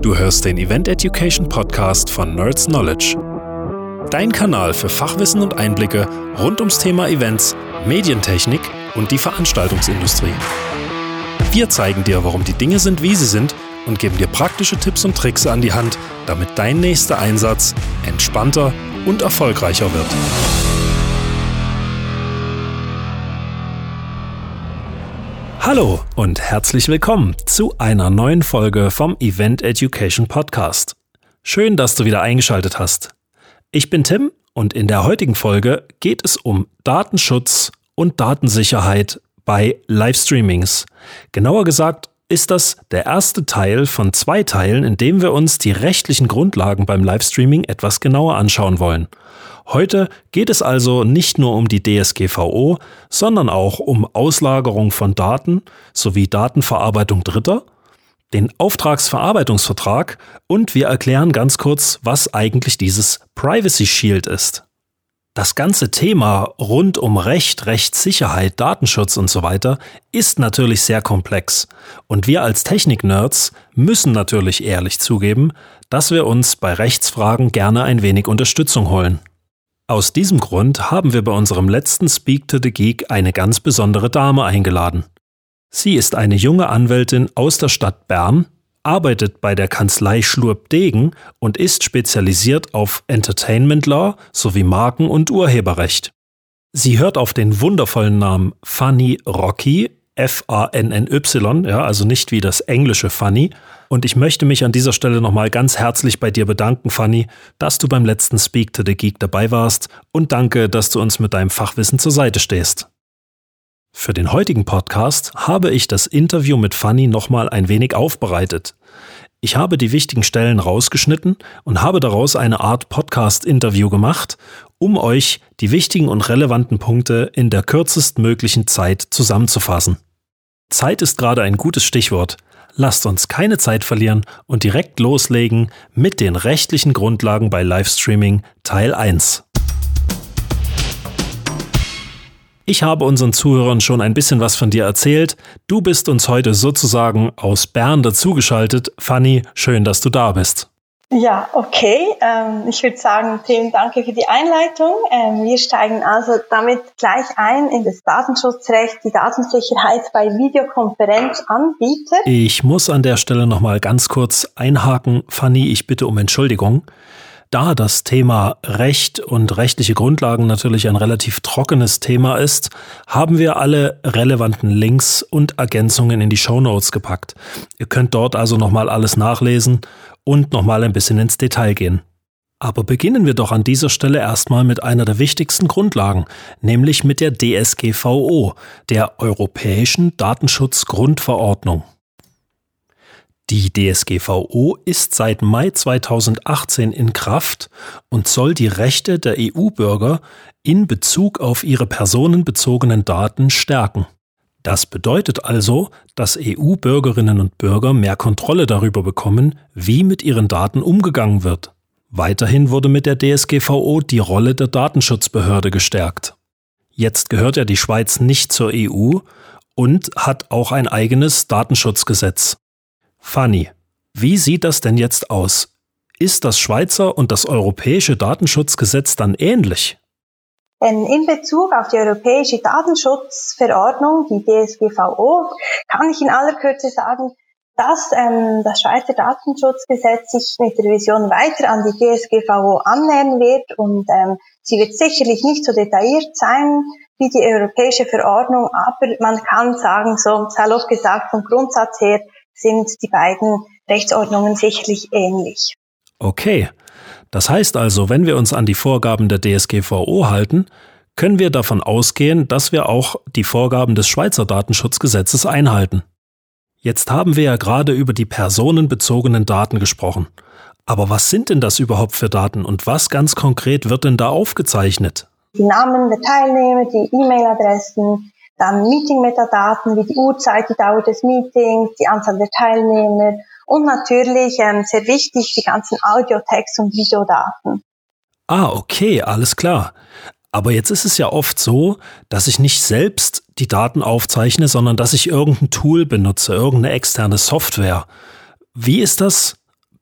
Du hörst den Event Education Podcast von Nerds Knowledge. Dein Kanal für Fachwissen und Einblicke rund ums Thema Events, Medientechnik und die Veranstaltungsindustrie. Wir zeigen dir, warum die Dinge sind, wie sie sind und geben dir praktische Tipps und Tricks an die Hand, damit dein nächster Einsatz entspannter und erfolgreicher wird. Hallo und herzlich willkommen zu einer neuen Folge vom Event Education Podcast. Schön, dass du wieder eingeschaltet hast. Ich bin Tim und in der heutigen Folge geht es um Datenschutz und Datensicherheit bei Livestreamings. Genauer gesagt ist das der erste Teil von 2 Teilen, in dem wir uns die rechtlichen Grundlagen beim Livestreaming etwas genauer anschauen wollen. Heute geht es also nicht nur um die DSGVO, sondern auch um Auslagerung von Daten sowie Datenverarbeitung Dritter, den Auftragsverarbeitungsvertrag und wir erklären ganz kurz, was eigentlich dieses Privacy Shield ist. Das ganze Thema rund um Recht, Rechtssicherheit, Datenschutz und so weiter ist natürlich sehr komplex und wir als Technik-Nerds müssen natürlich ehrlich zugeben, dass wir uns bei Rechtsfragen gerne ein wenig Unterstützung holen. Aus diesem Grund haben wir bei unserem letzten Speak to the Geek eine ganz besondere Dame eingeladen. Sie ist eine junge Anwältin aus der Stadt Bern, arbeitet bei der Kanzlei Schlurp-Degen und ist spezialisiert auf Entertainment Law sowie Marken- und Urheberrecht. Sie hört auf den wundervollen Namen Fanny Rocky, F-A-N-N-Y, also nicht wie das englische Fanny. Und ich möchte mich an dieser Stelle nochmal ganz herzlich bei dir bedanken, Fanny, dass du beim letzten Speak to the Geek dabei warst und danke, dass du uns mit deinem Fachwissen zur Seite stehst. Für den heutigen Podcast habe ich das Interview mit Fanny nochmal ein wenig aufbereitet. Ich habe die wichtigen Stellen rausgeschnitten und habe daraus eine Art Podcast-Interview gemacht, um euch die wichtigen und relevanten Punkte in der kürzestmöglichen Zeit zusammenzufassen. Zeit ist gerade ein gutes Stichwort. Lasst uns keine Zeit verlieren und direkt loslegen mit den rechtlichen Grundlagen bei Livestreaming Teil 1. Ich habe unseren Zuhörern schon ein bisschen was von dir erzählt. Du bist uns heute sozusagen aus Bern dazugeschaltet. Fanny, schön, dass du da bist. Ja, okay. Ich würde sagen, Tim, danke für die Einleitung. Wir steigen also damit gleich ein in das Datenschutzrecht, die Datensicherheit bei Videokonferenzanbietern. Ich muss an der Stelle nochmal ganz kurz einhaken. Fanny, ich bitte um Entschuldigung. Da das Thema Recht und rechtliche Grundlagen natürlich ein relativ trockenes Thema ist, haben wir alle relevanten Links und Ergänzungen in die Shownotes gepackt. Ihr könnt dort also nochmal alles nachlesen und nochmal ein bisschen ins Detail gehen. Aber beginnen wir doch an dieser Stelle erstmal mit einer der wichtigsten Grundlagen, nämlich mit der DSGVO, der Europäischen Datenschutzgrundverordnung. Die DSGVO ist seit Mai 2018 in Kraft und soll die Rechte der EU-Bürger in Bezug auf ihre personenbezogenen Daten stärken. Das bedeutet also, dass EU-Bürgerinnen und Bürger mehr Kontrolle darüber bekommen, wie mit ihren Daten umgegangen wird. Weiterhin wurde mit der DSGVO die Rolle der Datenschutzbehörde gestärkt. Jetzt gehört ja die Schweiz nicht zur EU und hat auch ein eigenes Datenschutzgesetz. Fanny, wie sieht das denn jetzt aus? Ist das Schweizer und das europäische Datenschutzgesetz dann ähnlich? In Bezug auf die Europäische Datenschutzverordnung, die DSGVO, kann ich in aller Kürze sagen, dass das Schweizer Datenschutzgesetz sich mit der Revision weiter an die DSGVO annähern wird und sie wird sicherlich nicht so detailliert sein wie die europäische Verordnung, aber man kann sagen, so salopp gesagt, vom Grundsatz her sind die beiden Rechtsordnungen sicherlich ähnlich. Okay, das heißt also, wenn wir uns an die Vorgaben der DSGVO halten, können wir davon ausgehen, dass wir auch die Vorgaben des Schweizer Datenschutzgesetzes einhalten. Jetzt haben wir ja gerade über die personenbezogenen Daten gesprochen. Aber was sind denn das überhaupt für Daten und was ganz konkret wird denn da aufgezeichnet? Die Namen der Teilnehmer, die E-Mail-Adressen, dann Meeting-Metadaten wie die Uhrzeit, die Dauer des Meetings, die Anzahl der Teilnehmer und natürlich, sehr wichtig, die ganzen Audio-, Text- und Videodaten. Ah, okay, alles klar. Aber jetzt ist es ja oft so, dass ich nicht selbst die Daten aufzeichne, sondern dass ich irgendein Tool benutze, irgendeine externe Software. Wie ist das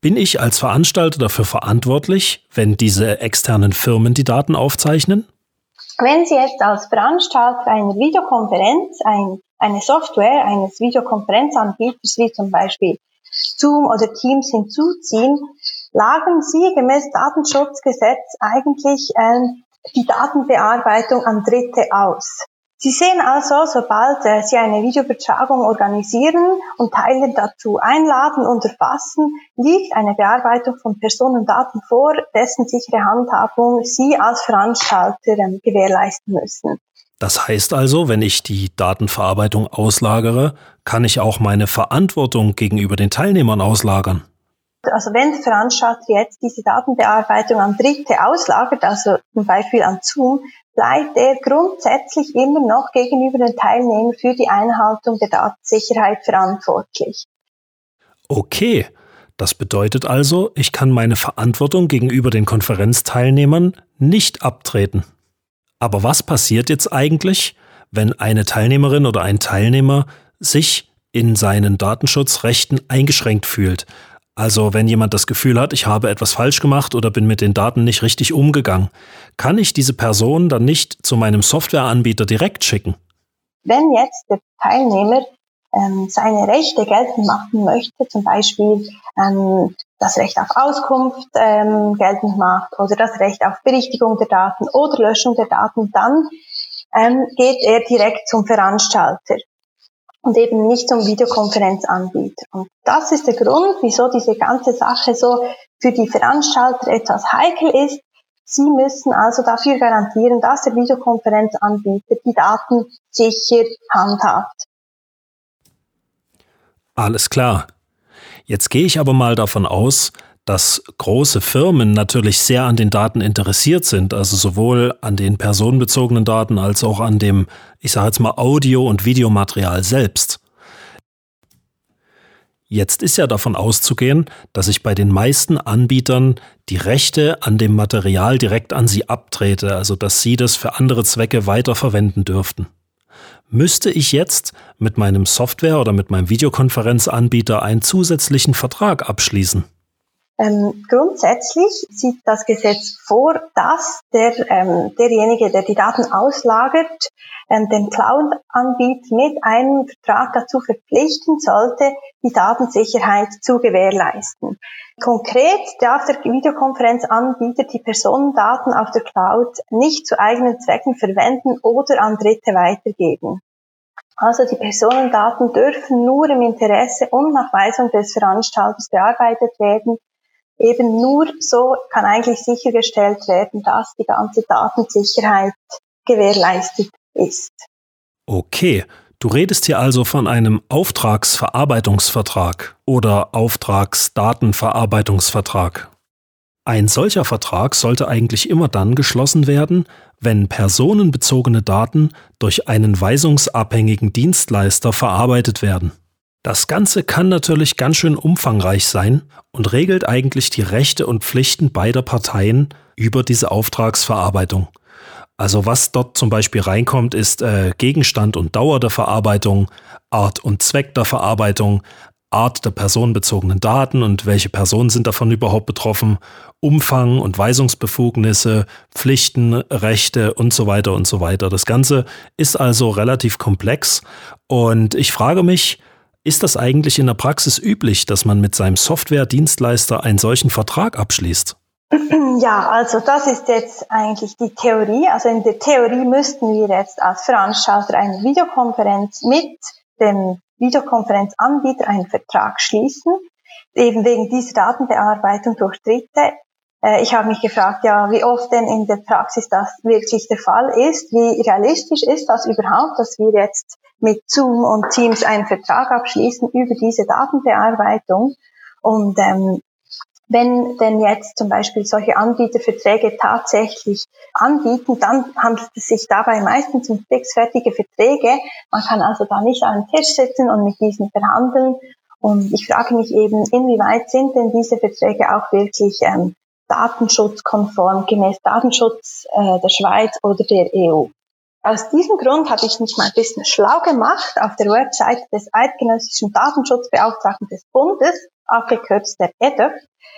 Bin ich als Veranstalter dafür verantwortlich, wenn diese externen Firmen die Daten aufzeichnen? Wenn Sie jetzt als Veranstalter einer Videokonferenz eine Software eines Videokonferenzanbieters wie zum Beispiel Zoom oder Teams hinzuziehen, lagern Sie gemäß Datenschutzgesetz eigentlich die Datenbearbeitung an Dritte aus. Sie sehen also, sobald Sie eine Videoübertragung organisieren und Teilnehmer dazu einladen und erfassen, liegt eine Bearbeitung von Personendaten vor, dessen sichere Handhabung Sie als Veranstalter gewährleisten müssen. Das heißt also, wenn ich die Datenverarbeitung auslagere, kann ich auch meine Verantwortung gegenüber den Teilnehmern auslagern. Also wenn der Veranstalter jetzt diese Datenbearbeitung an Dritte auslagert, also zum Beispiel an Zoom, bleibt er grundsätzlich immer noch gegenüber den Teilnehmern für die Einhaltung der Datensicherheit verantwortlich. Okay, das bedeutet also, ich kann meine Verantwortung gegenüber den Konferenzteilnehmern nicht abtreten. Aber was passiert jetzt eigentlich, wenn eine Teilnehmerin oder ein Teilnehmer sich in seinen Datenschutzrechten eingeschränkt fühlt? Also wenn jemand das Gefühl hat, ich habe etwas falsch gemacht oder bin mit den Daten nicht richtig umgegangen, kann ich diese Person dann nicht zu meinem Softwareanbieter direkt schicken? Wenn jetzt der Teilnehmer seine Rechte geltend machen möchte, zum Beispiel das Recht auf Auskunft geltend macht oder das Recht auf Berichtigung der Daten oder Löschung der Daten, dann geht er direkt zum Veranstalter und eben nicht zum Videokonferenzanbieter. Und das ist der Grund, wieso diese ganze Sache so für die Veranstalter etwas heikel ist. Sie müssen also dafür garantieren, dass der Videokonferenzanbieter die Daten sicher handhabt. Alles klar. Jetzt gehe ich aber mal davon aus, dass große Firmen natürlich sehr an den Daten interessiert sind, also sowohl an den personenbezogenen Daten als auch an dem, ich sage jetzt mal, Audio- und Videomaterial selbst. Jetzt ist ja davon auszugehen, dass ich bei den meisten Anbietern die Rechte an dem Material direkt an sie abtrete, also dass sie das für andere Zwecke weiterverwenden dürften. Müsste ich jetzt mit meinem Software- oder mit meinem Videokonferenzanbieter einen zusätzlichen Vertrag abschließen? Grundsätzlich sieht das Gesetz vor, dass derjenige, der die Daten auslagert, den Cloud-Anbieter mit einem Vertrag dazu verpflichten sollte, die Datensicherheit zu gewährleisten. Konkret darf der Videokonferenzanbieter die Personendaten auf der Cloud nicht zu eigenen Zwecken verwenden oder an Dritte weitergeben. Also die Personendaten dürfen nur im Interesse und nach Weisung des Veranstalters bearbeitet werden. Eben nur so kann eigentlich sichergestellt werden, dass die ganze Datensicherheit gewährleistet ist. Okay, du redest hier also von einem Auftragsverarbeitungsvertrag oder Auftragsdatenverarbeitungsvertrag. Ein solcher Vertrag sollte eigentlich immer dann geschlossen werden, wenn personenbezogene Daten durch einen weisungsabhängigen Dienstleister verarbeitet werden. Das Ganze kann natürlich ganz schön umfangreich sein und regelt eigentlich die Rechte und Pflichten beider Parteien über diese Auftragsverarbeitung. Also was dort zum Beispiel reinkommt, ist Gegenstand und Dauer der Verarbeitung, Art und Zweck der Verarbeitung, Art der personenbezogenen Daten und welche Personen sind davon überhaupt betroffen, Umfang und Weisungsbefugnisse, Pflichten, Rechte und so weiter und so weiter. Das Ganze ist also relativ komplex und ich frage mich, ist das eigentlich in der Praxis üblich, dass man mit seinem Software-Dienstleister einen solchen Vertrag abschließt? Ja, also das ist jetzt eigentlich die Theorie. Also in der Theorie müssten wir jetzt als Veranstalter eine Videokonferenz mit dem Videokonferenzanbieter einen Vertrag schließen, eben wegen dieser Datenbearbeitung durch Dritte. Ich habe mich gefragt, ja, wie oft denn in der Praxis das wirklich der Fall ist, wie realistisch ist das überhaupt, dass wir jetzt mit Zoom und Teams einen Vertrag abschließen über diese Datenbearbeitung. Und wenn denn jetzt zum Beispiel solche Anbieterverträge tatsächlich anbieten, dann handelt es sich dabei meistens um fixfertige Verträge. Man kann also da nicht an den Tisch sitzen und mit diesen verhandeln. Und ich frage mich eben, inwieweit sind denn diese Verträge auch wirklich datenschutzkonform, gemäß Datenschutz der Schweiz oder der EU. Aus diesem Grund habe ich mich mal ein bisschen schlau gemacht. Auf der Website des Eidgenössischen Datenschutzbeauftragten des Bundes abgekürzt der EDOP.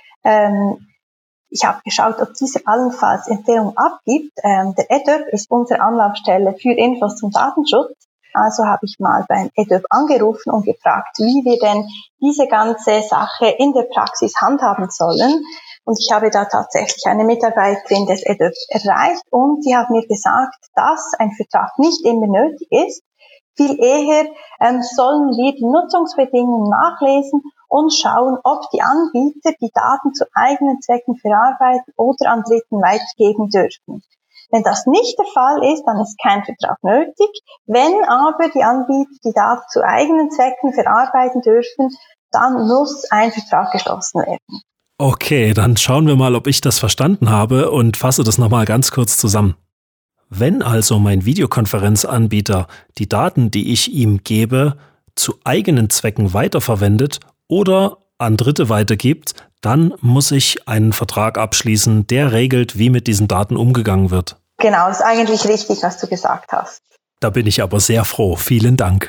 Ich habe geschaut, ob diese allenfalls Empfehlungen abgibt. Der EDOP ist unsere Anlaufstelle für Infos zum Datenschutz. Also habe ich mal beim EDOP angerufen und gefragt, wie wir denn diese ganze Sache in der Praxis handhaben sollen. Und ich habe da tatsächlich eine Mitarbeiterin des EDOP erreicht und die hat mir gesagt, dass ein Vertrag nicht immer nötig ist. Viel eher sollen wir die Nutzungsbedingungen nachlesen und schauen, ob die Anbieter die Daten zu eigenen Zwecken verarbeiten oder an Dritten weitergeben dürfen. Wenn das nicht der Fall ist, dann ist kein Vertrag nötig. Wenn aber die Anbieter die Daten zu eigenen Zwecken verarbeiten dürfen, dann muss ein Vertrag geschlossen werden. Okay, dann schauen wir mal, ob ich das verstanden habe und fasse das nochmal ganz kurz zusammen. Wenn also mein Videokonferenzanbieter die Daten, die ich ihm gebe, zu eigenen Zwecken weiterverwendet oder an Dritte weitergibt, dann muss ich einen Vertrag abschließen, der regelt, wie mit diesen Daten umgegangen wird. Genau, ist eigentlich richtig, was du gesagt hast. Da bin ich aber sehr froh. Vielen Dank.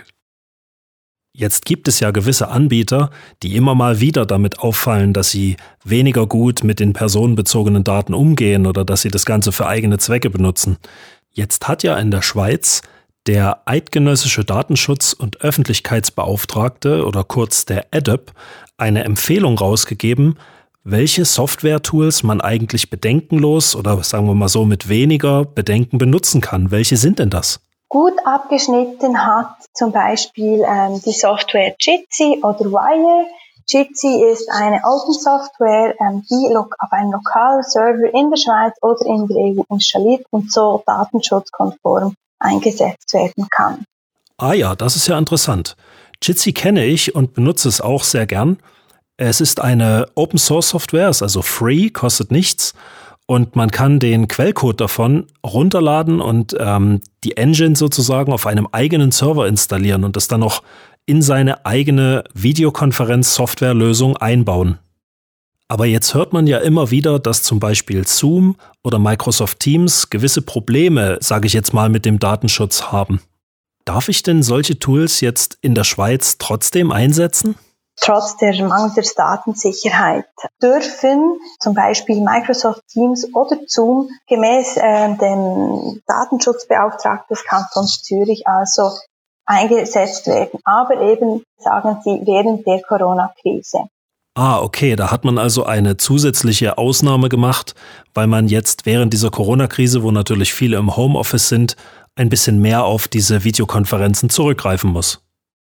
Jetzt gibt es ja gewisse Anbieter, die immer mal wieder damit auffallen, dass sie weniger gut mit den personenbezogenen Daten umgehen oder dass sie das Ganze für eigene Zwecke benutzen. Jetzt hat ja in der Schweiz der Eidgenössische Datenschutz- und Öffentlichkeitsbeauftragte oder kurz der EDOP eine Empfehlung rausgegeben, welche Software-Tools man eigentlich bedenkenlos oder sagen wir mal so mit weniger Bedenken benutzen kann. Welche sind denn das? Gut abgeschnitten hat zum Beispiel die Software Jitsi oder Wire. Jitsi ist eine Open Software, die auf einem lokalen Server in der Schweiz oder in der EU installiert und so datenschutzkonform eingesetzt werden kann. Ah ja, das ist ja interessant. Jitsi kenne ich und benutze es auch sehr gern. Es ist eine Open Source Software, ist also free, kostet nichts. Und man kann den Quellcode davon runterladen und die Engine sozusagen auf einem eigenen Server installieren und das dann noch in seine eigene Videokonferenz-Softwarelösung einbauen. Aber jetzt hört man ja immer wieder, dass zum Beispiel Zoom oder Microsoft Teams gewisse Probleme, sage ich jetzt mal, mit dem Datenschutz haben. Darf ich denn solche Tools jetzt in der Schweiz trotzdem einsetzen? Trotz der mangelnden Datensicherheit dürfen zum Beispiel Microsoft Teams oder Zoom gemäß dem Datenschutzbeauftragten des Kantons Zürich also eingesetzt werden, aber eben, sagen sie, während der Corona-Krise. Ah, okay, da hat man also eine zusätzliche Ausnahme gemacht, weil man jetzt während dieser Corona-Krise, wo natürlich viele im Homeoffice sind, ein bisschen mehr auf diese Videokonferenzen zurückgreifen muss.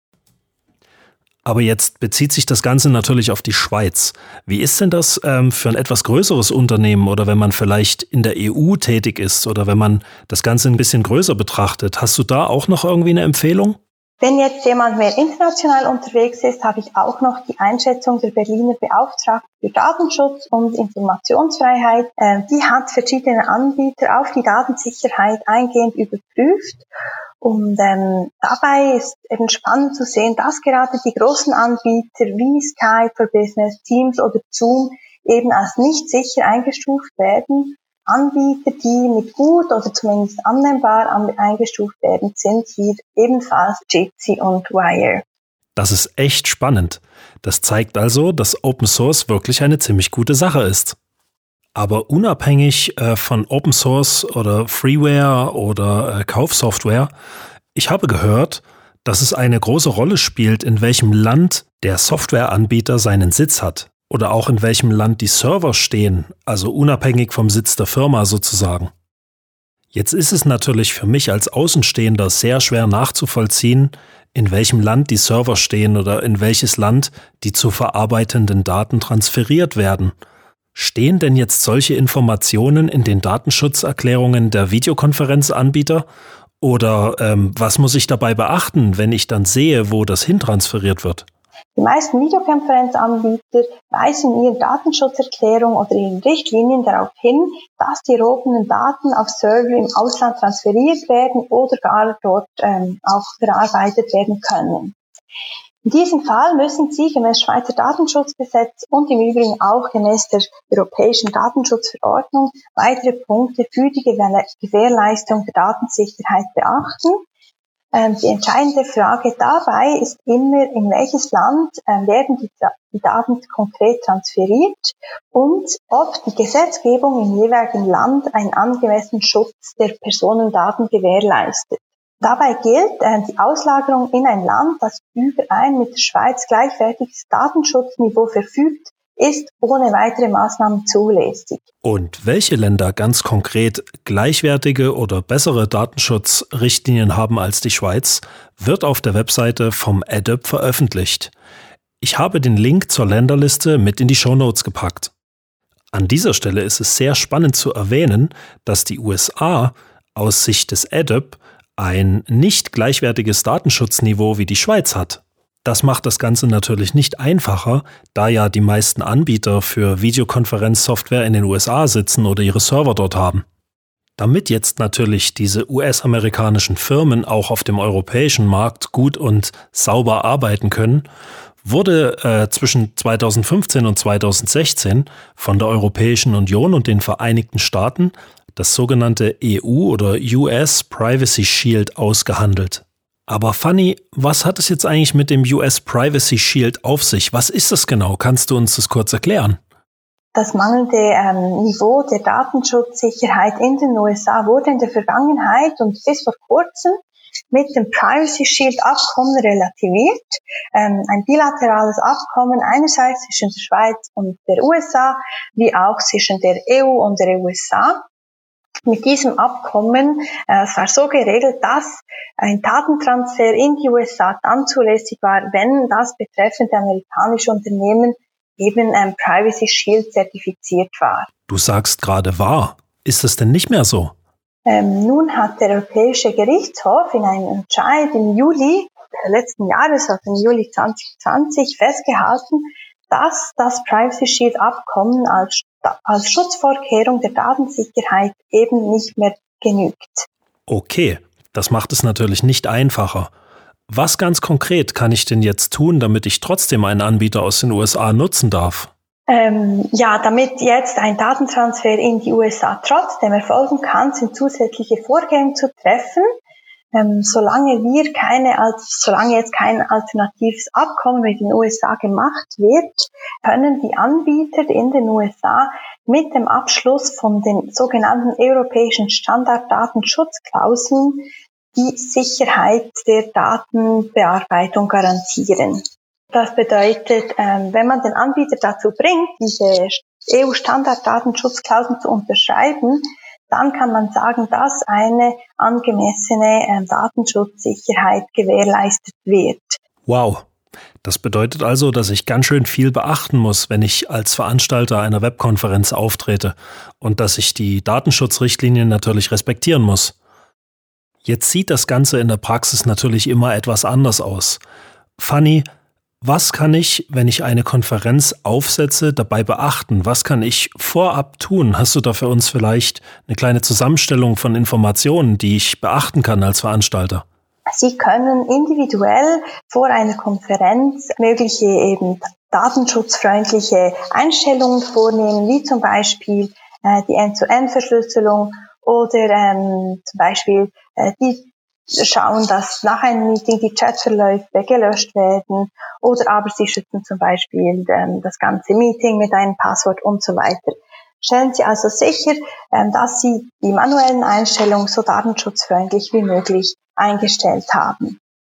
Aber jetzt bezieht sich das Ganze natürlich auf die Schweiz. Wie ist denn das für ein etwas größeres Unternehmen oder wenn man vielleicht in der EU tätig ist oder wenn man das Ganze ein bisschen größer betrachtet? Hast du da auch noch irgendwie eine Empfehlung? Wenn jetzt jemand mehr international unterwegs ist, habe ich auch noch die Einschätzung der Berliner Beauftragten für Datenschutz und Informationsfreiheit. Die hat verschiedene Anbieter auf die Datensicherheit eingehend überprüft. Und dabei ist eben spannend zu sehen, dass gerade die großen Anbieter wie Skype for Business, Teams oder Zoom eben als nicht sicher eingestuft werden. Anbieter, die mit gut oder zumindest annehmbar eingestuft werden, sind hier ebenfalls Jitsi und Wire. Das ist echt spannend. Das zeigt also, dass Open Source wirklich eine ziemlich gute Sache ist. Aber unabhängig von Open Source oder Freeware oder Kaufsoftware, ich habe gehört, dass es eine große Rolle spielt, in welchem Land der Softwareanbieter seinen Sitz hat oder auch in welchem Land die Server stehen, also unabhängig vom Sitz der Firma sozusagen. Jetzt ist es natürlich für mich als Außenstehender sehr schwer nachzuvollziehen, in welchem Land die Server stehen oder in welches Land die zu verarbeitenden Daten transferiert werden. Stehen denn jetzt solche Informationen in den Datenschutzerklärungen der Videokonferenzanbieter? Oder was muss ich dabei beachten, wenn ich dann sehe, wo das hintransferiert wird? Die meisten Videokonferenzanbieter weisen in ihrer Datenschutzerklärung oder ihren Richtlinien darauf hin, dass die erhobenen Daten auf Server im Ausland transferiert werden oder gar dort auch verarbeitet werden können. In diesem Fall müssen Sie gemäß Schweizer Datenschutzgesetz und im Übrigen auch gemäß der Europäischen Datenschutzverordnung weitere Punkte für die Gewährleistung der Datensicherheit beachten. Die entscheidende Frage dabei ist immer, in welches Land werden die Daten konkret transferiert und ob die Gesetzgebung im jeweiligen Land einen angemessenen Schutz der Personendaten gewährleistet. Dabei gilt, die Auslagerung in ein Land, das über ein mit der Schweiz gleichwertiges Datenschutzniveau verfügt, ist ohne weitere Maßnahmen zulässig. Und welche Länder ganz konkret gleichwertige oder bessere Datenschutzrichtlinien haben als die Schweiz, wird auf der Webseite vom EDUB veröffentlicht. Ich habe den Link zur Länderliste mit in die Shownotes gepackt. An dieser Stelle ist es sehr spannend zu erwähnen, dass die USA aus Sicht des EDUB ein nicht gleichwertiges Datenschutzniveau wie die Schweiz hat. Das macht das Ganze natürlich nicht einfacher, da ja die meisten Anbieter für Videokonferenzsoftware in den USA sitzen oder ihre Server dort haben. Damit jetzt natürlich diese US-amerikanischen Firmen auch auf dem europäischen Markt gut und sauber arbeiten können, wurde zwischen 2015 und 2016 von der Europäischen Union und den Vereinigten Staaten das sogenannte EU- oder US Privacy Shield ausgehandelt. Aber Fanny, was hat es jetzt eigentlich mit dem US Privacy Shield auf sich? Was ist das genau? Kannst du uns das kurz erklären? Das mangelnde Niveau der Datenschutzsicherheit in den USA wurde in der Vergangenheit und bis vor kurzem mit dem Privacy Shield Abkommen relativiert. Ein bilaterales Abkommen einerseits zwischen der Schweiz und der USA, wie auch zwischen der EU und der USA. Mit diesem Abkommen, es war so geregelt, dass ein Datentransfer in die USA dann zulässig war, wenn das betreffende amerikanische Unternehmen eben Privacy Shield zertifiziert war. Du sagst gerade war. Ist das denn nicht mehr so? Nun hat der Europäische Gerichtshof in einem Entscheid im Juli letzten Jahres, also im Juli 2020, festgehalten, dass das Privacy Shield Abkommen als Schutzvorkehrung der Datensicherheit eben nicht mehr genügt. Okay, das macht es natürlich nicht einfacher. Was ganz konkret kann ich denn jetzt tun, damit ich trotzdem einen Anbieter aus den USA nutzen darf? Damit jetzt ein Datentransfer in die USA trotzdem erfolgen kann, sind zusätzliche Vorgänge zu treffen. Solange jetzt kein alternatives Abkommen mit den USA gemacht wird, können die Anbieter in den USA mit dem Abschluss von den sogenannten europäischen Standarddatenschutzklauseln die Sicherheit der Datenbearbeitung garantieren. Das bedeutet, wenn man den Anbieter dazu bringt, diese EU-Standarddatenschutzklauseln zu unterschreiben, dann kann man sagen, dass eine angemessene Datenschutzsicherheit gewährleistet wird. Wow, das bedeutet also, dass ich ganz schön viel beachten muss, wenn ich als Veranstalter einer Webkonferenz auftrete und dass ich die Datenschutzrichtlinien natürlich respektieren muss. Jetzt sieht das Ganze in der Praxis natürlich immer etwas anders aus. Fanny, was kann ich, wenn ich eine Konferenz aufsetze, dabei beachten? Was kann ich vorab tun? Hast du da für uns vielleicht eine kleine Zusammenstellung von Informationen, die ich beachten kann als Veranstalter? Sie können individuell vor einer Konferenz mögliche eben datenschutzfreundliche Einstellungen vornehmen, wie zum Beispiel die End-to-End-Verschlüsselung oder zum Beispiel die schauen, dass nach einem Meeting die Chatverläufe gelöscht werden oder aber sie schützen zum Beispiel das ganze Meeting mit einem Passwort und so weiter. Stellen Sie also sicher, dass Sie die manuellen Einstellungen so datenschutzfreundlich wie möglich eingestellt haben.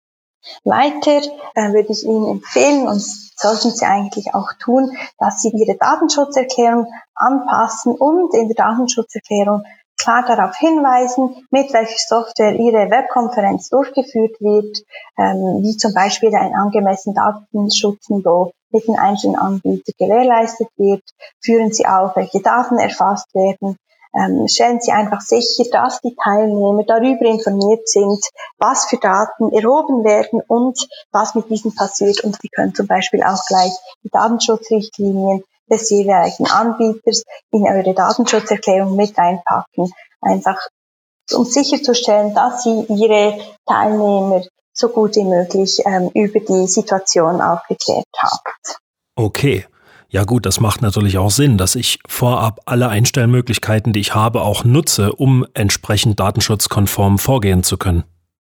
Weiter würde ich Ihnen empfehlen, und sollten Sie eigentlich auch tun, dass Sie Ihre Datenschutzerklärung anpassen und in der Datenschutzerklärung klar darauf hinweisen, mit welcher Software Ihre Webkonferenz durchgeführt wird, wie zum Beispiel ein angemessenes Datenschutzniveau mit den einzelnen Anbietern gewährleistet wird. Führen Sie auf, welche Daten erfasst werden. Stellen Sie einfach sicher, dass die Teilnehmer darüber informiert sind, was für Daten erhoben werden und was mit diesen passiert. Und Sie können zum Beispiel auch gleich die Datenschutzrichtlinien des jeweiligen Anbieters in eure Datenschutzerklärung mit einpacken. Einfach um sicherzustellen, dass Sie Ihre Teilnehmer so gut wie möglich über die Situation aufgeklärt habt. Okay. Ja gut, das macht natürlich auch Sinn, dass ich vorab alle Einstellmöglichkeiten, die ich habe, auch nutze, um entsprechend datenschutzkonform vorgehen zu können.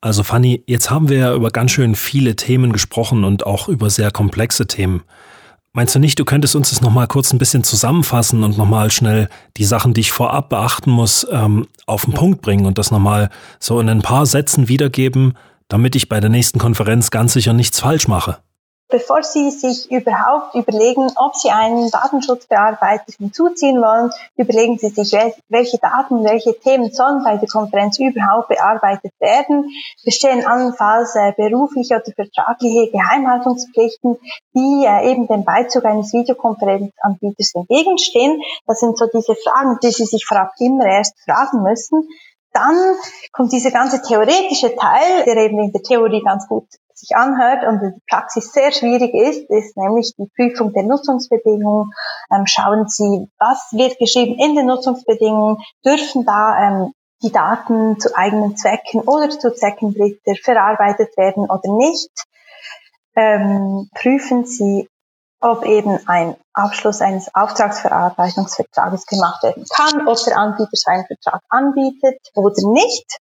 Also Fanny, jetzt haben wir ja über ganz schön viele Themen gesprochen und auch über sehr komplexe Themen. Meinst du nicht, du könntest uns das nochmal kurz ein bisschen zusammenfassen und nochmal schnell die Sachen, die ich vorab beachten muss, auf den Punkt bringen und das nochmal so in ein paar Sätzen wiedergeben, damit ich bei der nächsten Konferenz ganz sicher nichts falsch mache? Bevor Sie sich überhaupt überlegen, ob Sie einen Datenschutzbearbeiter hinzuziehen wollen, überlegen Sie sich, welche Daten, welche Themen sollen bei der Konferenz überhaupt bearbeitet werden. Bestehen allenfalls berufliche oder vertragliche Geheimhaltungspflichten, die eben dem Beizug eines Videokonferenzanbieters entgegenstehen. Das sind so diese Fragen, die Sie sich vorab immer erst fragen müssen. Dann kommt dieser ganze theoretische Teil, der eben in der Theorie ganz gut sich anhört und in der Praxis sehr schwierig ist nämlich die Prüfung der Nutzungsbedingungen. Schauen Sie, was wird geschrieben in den Nutzungsbedingungen, dürfen da die Daten zu eigenen Zwecken oder zu Zwecken Dritter verarbeitet werden oder nicht. Prüfen Sie, ob eben ein Abschluss eines Auftragsverarbeitungsvertrages gemacht werden kann, ob der Anbieter seinen Vertrag anbietet oder nicht.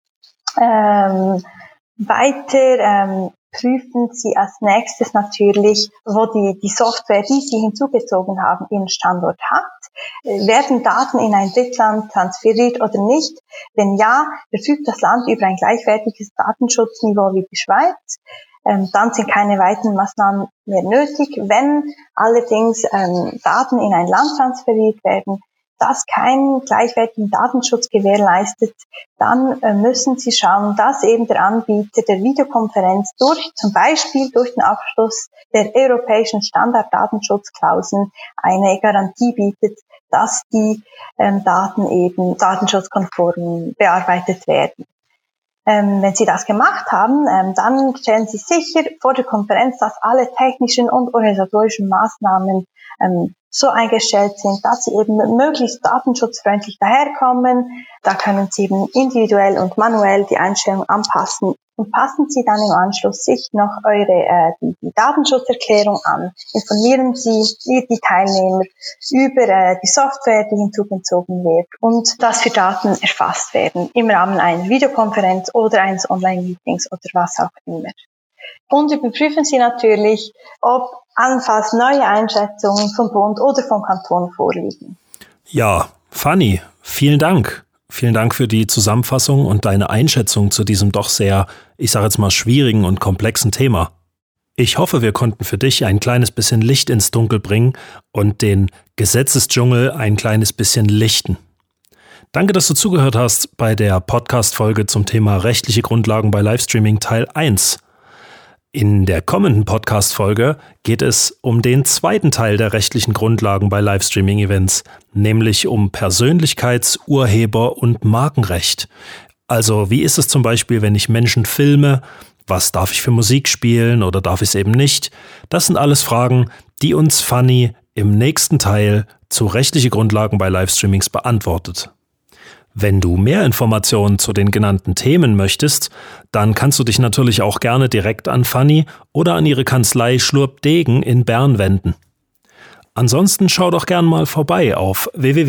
Weiter prüfen Sie als nächstes natürlich, wo die Software, die Sie hinzugezogen haben, ihren Standort hat. Werden Daten in ein Drittland transferiert oder nicht? Wenn ja, verfügt das Land über ein gleichwertiges Datenschutzniveau wie die Schweiz? Dann sind keine weiteren Maßnahmen mehr nötig. Wenn allerdings Daten in ein Land transferiert werden, das keinen gleichwertigen Datenschutz gewährleistet, dann müssen Sie schauen, dass eben der Anbieter der Videokonferenz zum Beispiel durch den Abschluss der europäischen Standarddatenschutzklauseln eine Garantie bietet, dass die Daten eben datenschutzkonform bearbeitet werden. Wenn Sie das gemacht haben, dann stellen Sie sicher vor der Konferenz, dass alle technischen und organisatorischen Maßnahmen so eingestellt sind, dass sie eben möglichst datenschutzfreundlich daherkommen. Da können Sie eben individuell und manuell die Einstellung anpassen und passen Sie dann im Anschluss sich noch die Datenschutzerklärung an. Informieren Sie die Teilnehmer über die Software, die hinzugezogen wird und dass für Daten erfasst werden im Rahmen einer Videokonferenz oder eines Online-Meetings oder was auch immer. Und überprüfen Sie natürlich, ob allenfalls neue Einschätzungen vom Bund oder vom Kanton vorliegen. Ja, Fanny, vielen Dank. Vielen Dank für die Zusammenfassung und deine Einschätzung zu diesem doch sehr, ich sage jetzt mal, schwierigen und komplexen Thema. Ich hoffe, wir konnten für dich ein kleines bisschen Licht ins Dunkel bringen und den Gesetzesdschungel ein kleines bisschen lichten. Danke, dass du zugehört hast bei der Podcast-Folge zum Thema rechtliche Grundlagen bei Livestreaming Teil 1. In der kommenden Podcast-Folge geht es um den zweiten Teil der rechtlichen Grundlagen bei Livestreaming-Events, nämlich um Persönlichkeits-, Urheber- und Markenrecht. Also wie ist es zum Beispiel, wenn ich Menschen filme? Was darf ich für Musik spielen oder darf ich es eben nicht? Das sind alles Fragen, die uns Fanny im nächsten Teil zu rechtliche Grundlagen bei Livestreamings beantwortet. Wenn du mehr Informationen zu den genannten Themen möchtest, dann kannst du dich natürlich auch gerne direkt an Fanny oder an ihre Kanzlei Schlurp-Degen in Bern wenden. Ansonsten schau doch gern mal vorbei auf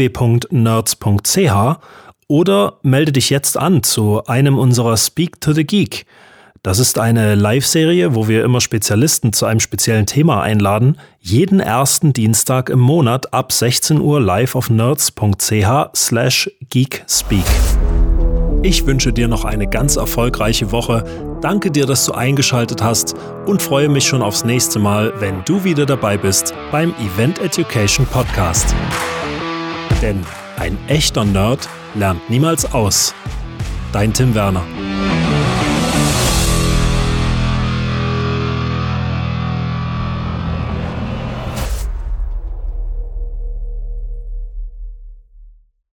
www.nerds.ch oder melde dich jetzt an zu einem unserer Speak to the Geek. Das ist eine Live-Serie, wo wir immer Spezialisten zu einem speziellen Thema einladen, jeden ersten Dienstag im Monat ab 16 Uhr live auf nerds.ch/geekspeak. Ich wünsche dir noch eine ganz erfolgreiche Woche, danke dir, dass du eingeschaltet hast und freue mich schon aufs nächste Mal, wenn du wieder dabei bist beim Event Education Podcast. Denn ein echter Nerd lernt niemals aus. Dein Tim Werner.